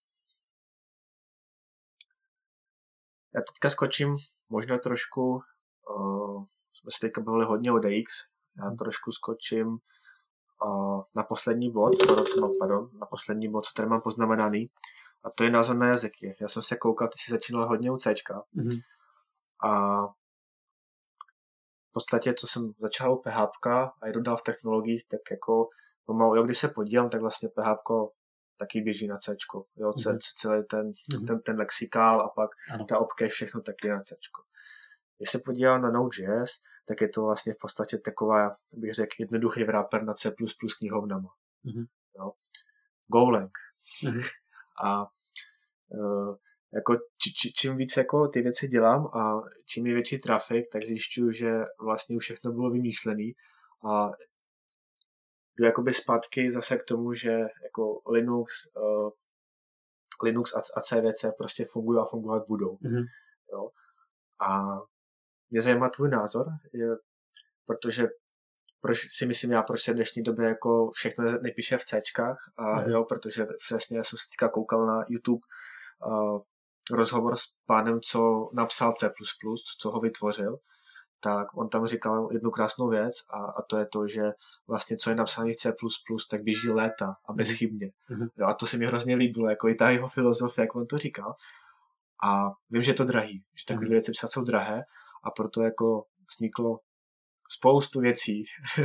Já teďka skočím možná trošku, uh, jsme se teďka bavili hodně o D X, já trošku skočím na poslední bod, skoro pardon, na poslední bod, co tady mám poznamenaný, a to je názor na jazyky. Já jsem se koukal, ty jsi začínal hodně u Cčka. Mm-hmm. A v podstatě, co jsem začal u P H P a jdu dál v technologiích, tak jako pomalu, jo, když se podívám, tak vlastně P H P taky běží na Cčko. Jo, mm-hmm. celý ten, mm-hmm. ten, ten lexikál a pak ano. ta opke, všechno taky na Cčko. Když se podívám na Node.js, tak je to vlastně v podstatě taková, bych řekl, jednoduchý wrapper na C plus plus knihovnama. Mm-hmm. Jo. Golang. Mm-hmm. A uh, jako či, či, čím víc jako ty věci dělám a čím je větší trafik, tak zjišťuju, že vlastně už všechno bylo vymýšlený a jdu jakoby zpátky zase k tomu, že jako Linux, uh, Linux a, a C V C prostě fungují a fungovat budou. Mm-hmm. Jo. A mě zajímá tvůj názor, je, protože proč si myslím já, proč se v dnešní době jako všechno nepíše v Cčkách, a mm-hmm. jo, protože přesně já jsem se teďka koukal na YouTube uh, rozhovor s pánem, co napsal C plus plus, co ho vytvořil, tak on tam říkal jednu krásnou věc a, a to je to, že vlastně co je napsané v C plus plus, tak běží léta a bezchybně. Mm-hmm. Jo, a to se mi hrozně líbilo, jako i ta jeho filozofie, jak on to říkal. A vím, že je to drahý, že takové mm-hmm. věci psát jsou drahé a proto jako vzniklo spoustu věcí.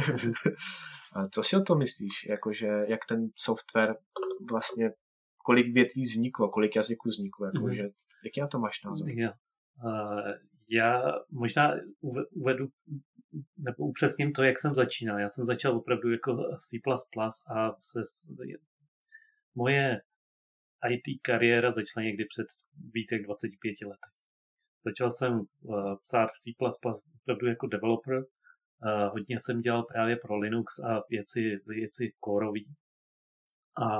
A co si o tom myslíš? Jakože, jak ten software vlastně, kolik větví vzniklo, kolik jazyků vzniklo, jakože, mm-hmm. jaký na to máš názor? Yeah. Uh, já možná uvedu nebo upřesním to, jak jsem začínal. Já jsem začal opravdu jako C plus plus a se, moje í té kariéra začala někdy před víc jak dvaceti pěti lety. Začal jsem uh, psát v C plus plus opravdu jako developer. Uh, hodně jsem dělal právě pro Linux a věci, věci kórový. A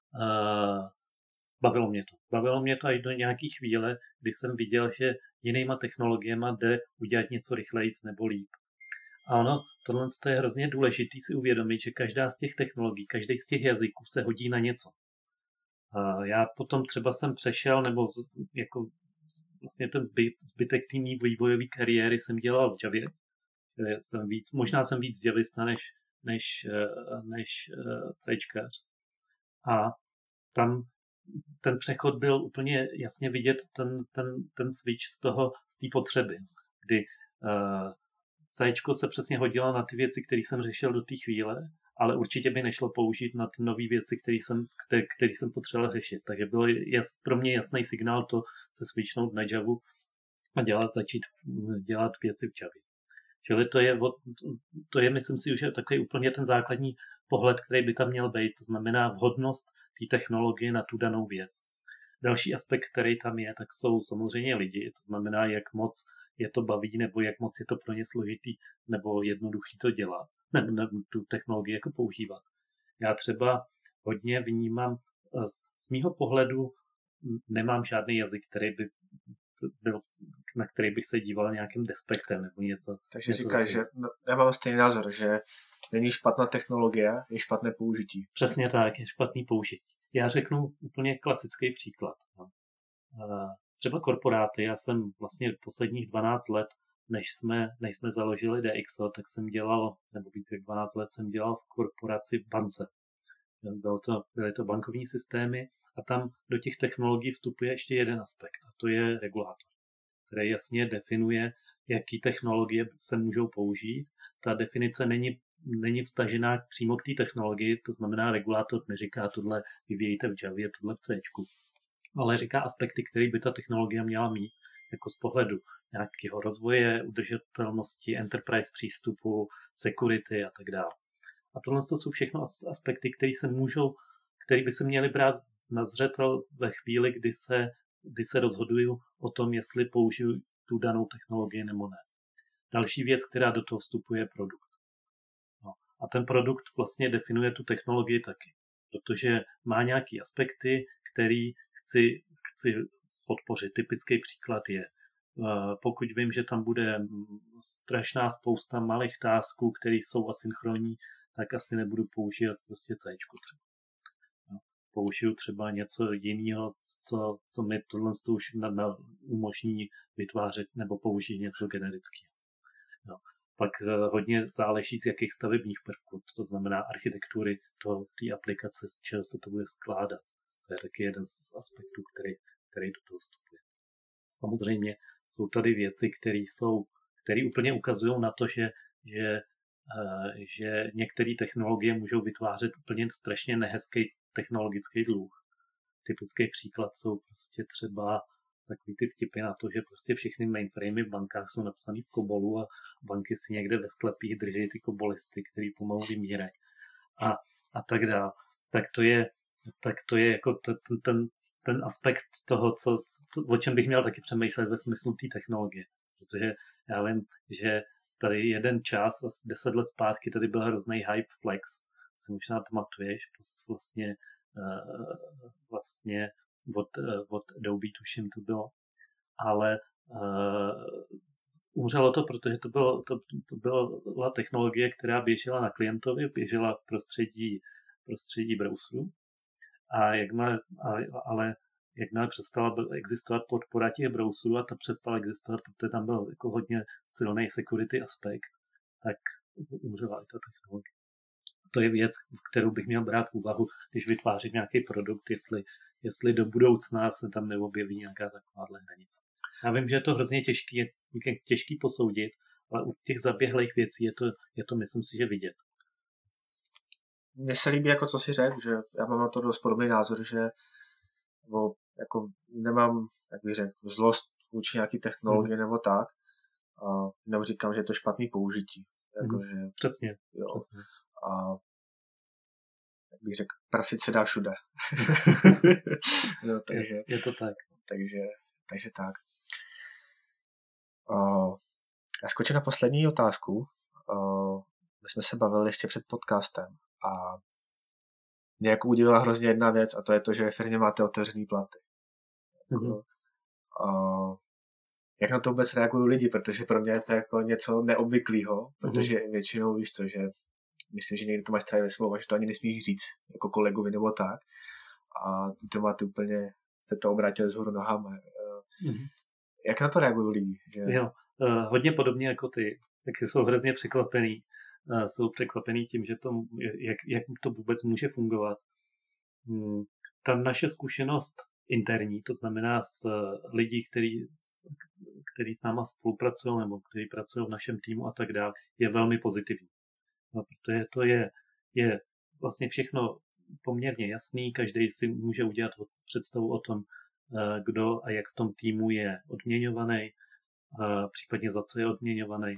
uh, bavilo mě to. Bavilo mě to až do nějaké chvíle, kdy jsem viděl, že jinýma technologiemi jde udělat něco rychlejc nebo líp. A ono, tohle je hrozně důležité si uvědomit, že každá z těch technologií, každý z těch jazyků se hodí na něco. Uh, já potom třeba jsem přešel, nebo z, jako vlastně ten zbyt, zbytek té mý vývojové kariéry jsem dělal v Javě. Jsem víc, možná jsem víc javista než, než, než Cčkař. A tam ten přechod byl úplně jasně vidět, ten, ten, ten switch z toho, z té potřeby, kdy uh, Cčko se přesně hodilo na ty věci, které jsem řešil do té chvíle, ale určitě by nešlo použít na ty nové věci, které jsem, které, které jsem potřeboval řešit. Takže byl jas, pro mě jasný signál to se switchnout na Javu a dělat, začít dělat věci v Javě. Čili to je, to je, myslím si, už je takový úplně ten základní pohled, který by tam měl být. To znamená vhodnost té technologie na tu danou věc. Další aspekt, který tam je, tak jsou samozřejmě lidi. To znamená, jak moc je to baví, nebo jak moc je to pro ně složitý, nebo jednoduchý to dělat, nebo, nebo tu technologii jako používat. Já třeba hodně vnímám, z mýho pohledu nemám žádný jazyk, který by byl, na který bych se díval nějakým despektem nebo něco. Takže něco říkáš, že no, já mám stejný názor, že není špatná technologie, je špatné použití. Přesně tak, je špatný použití. Já řeknu úplně klasický příklad. No. Třeba korporáty, já jsem vlastně posledních dvanáct let, než jsme, než jsme založili D X O, tak jsem dělal, nebo více jak dvanáct let jsem dělal v korporaci v bance. Byl to, byly to bankovní systémy a tam do těch technologií vstupuje ještě jeden aspekt a to je regulátor, který jasně definuje, jaký technologie se můžou použít. Ta definice není, není vztažená přímo k té technologii, to znamená, regulátor neříká tohle vyvíjejte v Javě, tohle v Cčku, ale říká aspekty, které by ta technologie měla mít, jako z pohledu nějakého rozvoje, udržitelnosti, enterprise přístupu, security a tak dále. A tohle jsou všechno aspekty, které se můžou, které by se měly brát na zřetel ve chvíli, kdy se, kdy se rozhoduju o tom, jestli použiju tu danou technologii nebo ne. Další věc, která do toho vstupuje, je produkt. No. A ten produkt vlastně definuje tu technologii taky, protože má nějaké aspekty, které chci, chci podpořit. Typický příklad je, pokud vím, že tam bude strašná spousta malých tasků, které jsou asynchronní, tak asi nebudu používat prostě Cčko třeba. No. Použiju třeba něco jiného, co, co mi tohle už na, na, umožní vytvářet nebo použít něco generického. No. pak hodně záleží z jakých stavebních prvků, to znamená architektury té aplikace, z čeho se to bude skládat. To je taky jeden z aspektů, který, který do toho vstupuje. Samozřejmě jsou tady věci, které jsou, které úplně ukazují na to, že, že, že některé technologie můžou vytvářet úplně strašně nehezký technologický dluh. Typický příklad jsou prostě třeba takový ty vtipy na to, že prostě všechny mainframey v bankách jsou napsané v kobolu a banky si někde ve sklepích drží ty kobolisty, který pomalu vymírají a, a tak dále. Tak to je, tak to je jako ten, ten, ten aspekt toho, co, co, o čem bych měl taky přemýšlet ve smyslu té technologie. Protože já vím, že tady jeden čas, asi deset let zpátky, tady byl hrozný hype Flex, si možná pamatuješ, vlastně vlastně od, od Adobe, tuším to bylo, ale uh, umřelo to, protože to, bylo, to, to byla technologie, která běžela na klientovi, běžela v prostředí, prostředí browseru a jakmile, ale, ale jakmile přestala existovat podpora těch browserů a ta přestala existovat, protože tam byl jako hodně silný security aspekt, tak umřela i ta technologie. To je věc, kterou bych měl brát v úvahu, když vytvářím nějaký produkt, jestli, jestli do budoucna se tam neobjeví nějaká takováhle hranice. Já vím, že je to hrozně těžký, je těžký posoudit, ale u těch zaběhlých věcí je to, je to myslím si, že vidět. Mně se líbí, jako co si řekl, že já mám na to dost podobný názor, že nebo jako nemám, jak bych řekl, zlost vůči nějaký technologie mm. nebo tak, a nebo říkám, že je to špatný použití. Jako, mm. že, přesně, jo, přesně. A jak bych řekl, prasit se dá všude. No, takže, je, je to tak. Takže, takže tak. Uh, já skočím na poslední otázku. Uh, my jsme se bavili ještě před podcastem a mě jako udivila hrozně jedna věc a to je to, že ve firmě máte otevřený platy. Jako, mm-hmm. uh, jak na to vůbec reagují lidi, protože pro mě je to jako něco neobvyklého, protože mm-hmm. většinou víš to, že myslím, že někdy to máš třeba ve smlouvě, že to ani nesmíš říct jako kolegovi nebo tak. A to máte úplně, se to obrátilo z hůru nohama. Mm-hmm. Jak na to reagují lidi? Že... Jo, uh, hodně podobně jako ty. Tak jsou hrozně překvapený. Uh, jsou překvapený tím, že to, jak, jak to vůbec může fungovat. Hmm. Ta naše zkušenost interní, to znamená s lidí, který, který s náma spolupracují nebo kteří pracují v našem týmu a tak dále, je velmi pozitivní. No, protože to je, je vlastně všechno poměrně jasný, každý si může udělat představu o tom, kdo a jak v tom týmu je odměňovaný, případně za co je odměňovaný.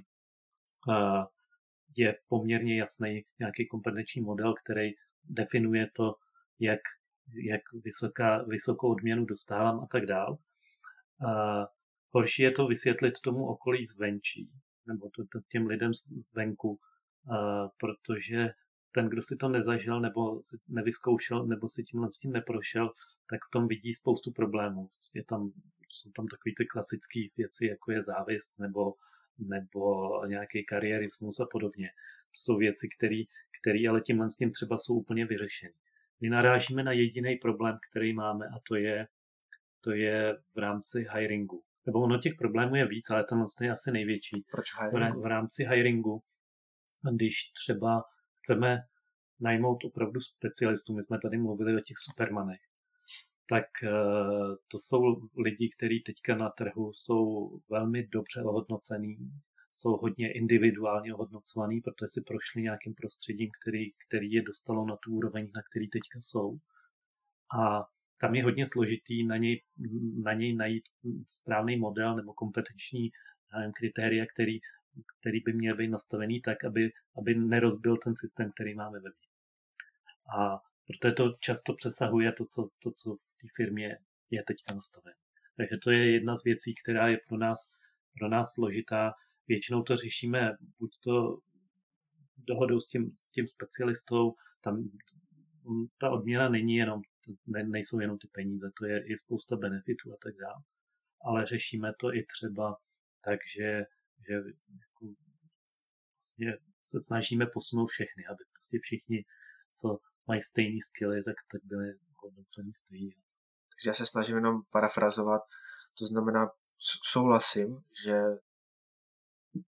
Je poměrně jasný nějaký kompetenční model, který definuje to, jak, jak vysoká, vysokou odměnu dostávám a tak dál. Horší je to vysvětlit tomu okolí zvenčí, nebo to, to těm lidem zvenku, Uh, protože ten, kdo si to nezažil nebo si nevyzkoušel nebo si tímhle s tím neprošel, tak v tom vidí spoustu problémů. Je tam, jsou tam takové ty klasické věci, jako je závist nebo, nebo nějaký kariérismus a podobně. To jsou věci, které ale tímhle s tím třeba jsou úplně vyřešené. My narážíme na jediný problém, který máme, a to je, to je v rámci hiringu. Nebo ono těch problémů je víc, ale tenhle je asi největší. Proč hiringu? V rámci hiringu, když třeba chceme najmout opravdu specialistů, my jsme tady mluvili o těch supermanech, tak to jsou lidi, kteří teďka na trhu jsou velmi dobře ohodnocený, jsou hodně individuálně ohodnocovaný, protože si prošli nějakým prostředím, který, který je dostalo na tu úroveň, na který teďka jsou. A tam je hodně složitý na něj, na něj najít správný model nebo kompetenční nevím, kritéria, který který by měl být nastavený tak, aby, aby nerozbil ten systém, který máme ve mně. A protože to často přesahuje to, co, to, co v té firmě je teďka nastavené. Takže to je jedna z věcí, která je pro nás, pro nás složitá. Většinou to řešíme buď to dohodou s tím, s tím specialistou, tam ta odměna není jenom, ne, nejsou jenom ty peníze, to je i spousta benefitů a tak dále. Ale řešíme to i třeba tak, že že jako vlastně se snažíme posunout všechny, aby prostě všichni, co mají stejný skilly, tak, tak byli hodnocení stejně. Takže já se snažím jenom parafrazovat, to znamená souhlasím, že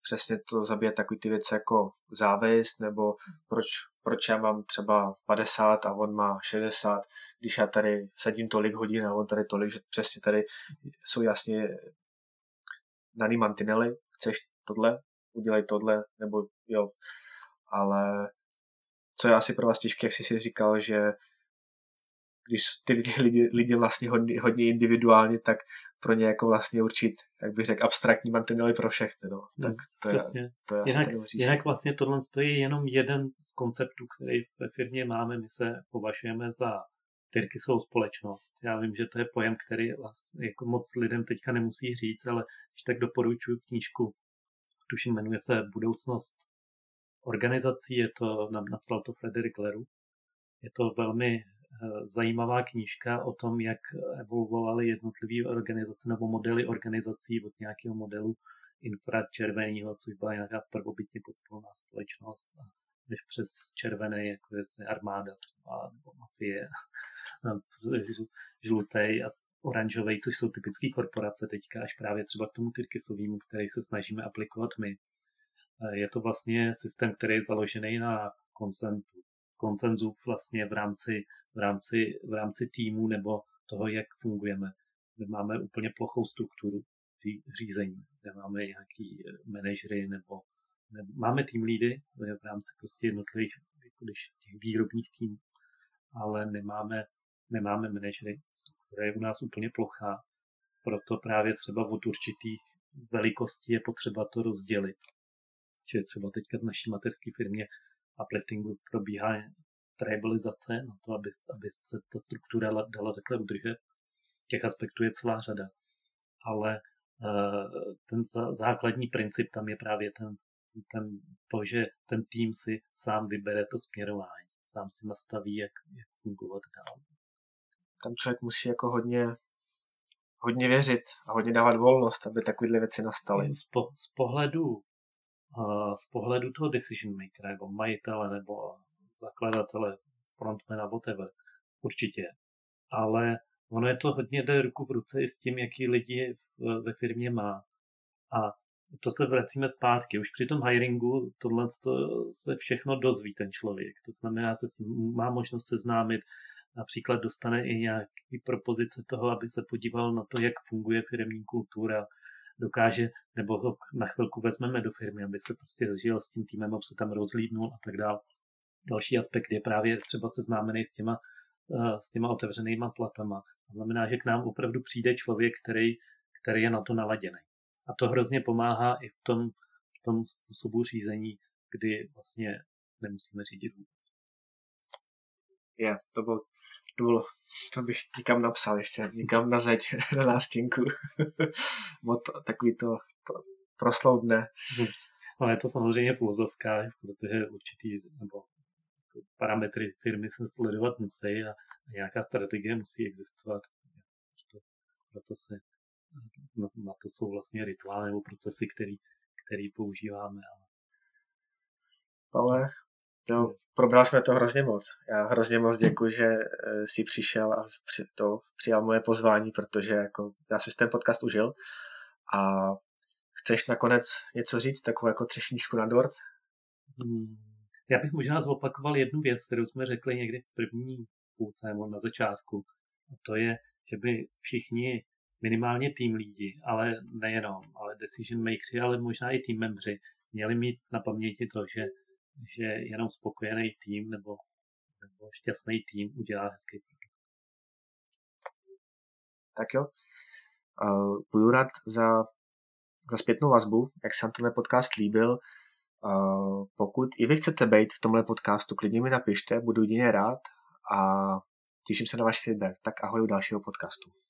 přesně to zabije takový ty věci jako závist, nebo proč, proč já mám třeba padesát a on má šedesát, když já tady sedím tolik hodin a on tady tolik, že přesně tady jsou jasně daný mantinely, chceš tohle, udělej tohle, nebo jo, ale co je asi pro vás těžké, jak jsi si říkal, že když ty, ty lidi, lidi vlastně hodně, hodně individuálně, tak pro ně jako vlastně určit, jak bych řekl, abstraktní mantinely pro všechny. No. Tak to je, to je jinak, jinak vlastně tohle je jenom jeden z konceptů, který ve firmě máme. My se považujeme za Tyrkisovou společnost. Já vím, že to je pojem, který vlastně jako moc lidem teďka nemusí říct, ale když tak doporučuji knížku, tuším, jmenuje se Budoucnost organizací, je to, napsal to Frederick Leroux. Je to velmi zajímavá knížka o tom, jak evoluovaly jednotlivé organizace nebo modely organizací od nějakého modelu infračerveného, což byla nějaká prvobytně pospolná společnost, a než přes červené, jako je armáda třeba, nebo mafie, žlutej a oranžovej, což jsou typické korporace teďka, až právě třeba k tomu Tyrkisovému, který se snažíme aplikovat my. Je to vlastně systém, který je založený na konsentu. konsenzu vlastně v rámci, v rámci, v rámci týmu nebo toho, jak fungujeme. My máme úplně plochou strukturu řízení, kde máme nějaký manažery nebo, nebo máme tým lídy v rámci prostě jednotlivých jako když těch výrobních týmů, ale nemáme, nemáme manažery. Struktura je u nás úplně plochá, proto právě třeba od určitý velikosti je potřeba to rozdělit. Čiže třeba teďka v naší mateřské firmě upliftingu probíhá tribalizace na to, aby, aby se ta struktura dala takhle udržet. Těch aspektů je celá řada. Ale uh, ten základní princip tam je právě ten, ten, to, že ten tým si sám vybere to směrování. Sám si nastaví, jak, jak fungovat dál. Tam člověk musí jako hodně, hodně věřit a hodně dávat volnost, aby takovéhle věci nastaly. Z, po, z pohledu z pohledu toho decision makera, nebo majitele, nebo zakladatele, frontmana, whatever, určitě. Ale ono je to hodně jde ruku v ruce i s tím, jaký lidi ve firmě má. A to se vracíme zpátky. Už při tom hiringu tohle se všechno dozví ten člověk. To znamená, se s ním má možnost seznámit, například dostane i nějaký propozice toho, aby se podíval na to, jak funguje firemní kultura, dokáže, nebo ho na chvilku vezmeme do firmy, aby se prostě zžil s tím týmem, aby se tam rozlídnul a tak dále. Další aspekt je právě třeba seznámený s těma, s těma otevřenýma platama. To znamená, že k nám opravdu přijde člověk, který, který je na to naladěný. A to hrozně pomáhá i v tom, v tom způsobu řízení, kdy vlastně nemusíme řídit vůbec. Je, yeah, to bylo To, bylo, to bych nikam napsal ještě, nikam na zeď, na nástěnku. Takový to prosloudne. Hmm. Ale je to samozřejmě v úvozovkách, protože určitý nebo parametry firmy se sledovat musí a nějaká strategie musí existovat. Proto, proto se, na, na to jsou vlastně rituály nebo procesy, který, který používáme. Ale to, probrali jsme to hrozně moc. Já hrozně moc děkuji, že jsi přišel a to přijal moje pozvání, protože jako já jsem si ten podcast užil. A chceš nakonec něco říct, takovou jako třešničku na dort? Hmm. Já bych možná zopakoval jednu věc, kterou jsme řekli někdy v první půlce nebo na začátku. A to je, že by všichni, minimálně tým lidi, ale nejenom, ale decision makers, ale možná i team membři, měli mít na paměti to, že že jenom spokojený tým nebo, nebo šťastný tým udělá hezký produkt. Tak jo. Uh, budu rád za, za zpětnou vazbu, jak se vám tenhle podcast líbil. Uh, pokud i vy chcete být v tomhle podcastu, klidně mi napište, budu jedině rád a těším se na váš feedback. Tak ahoj u dalšího podcastu.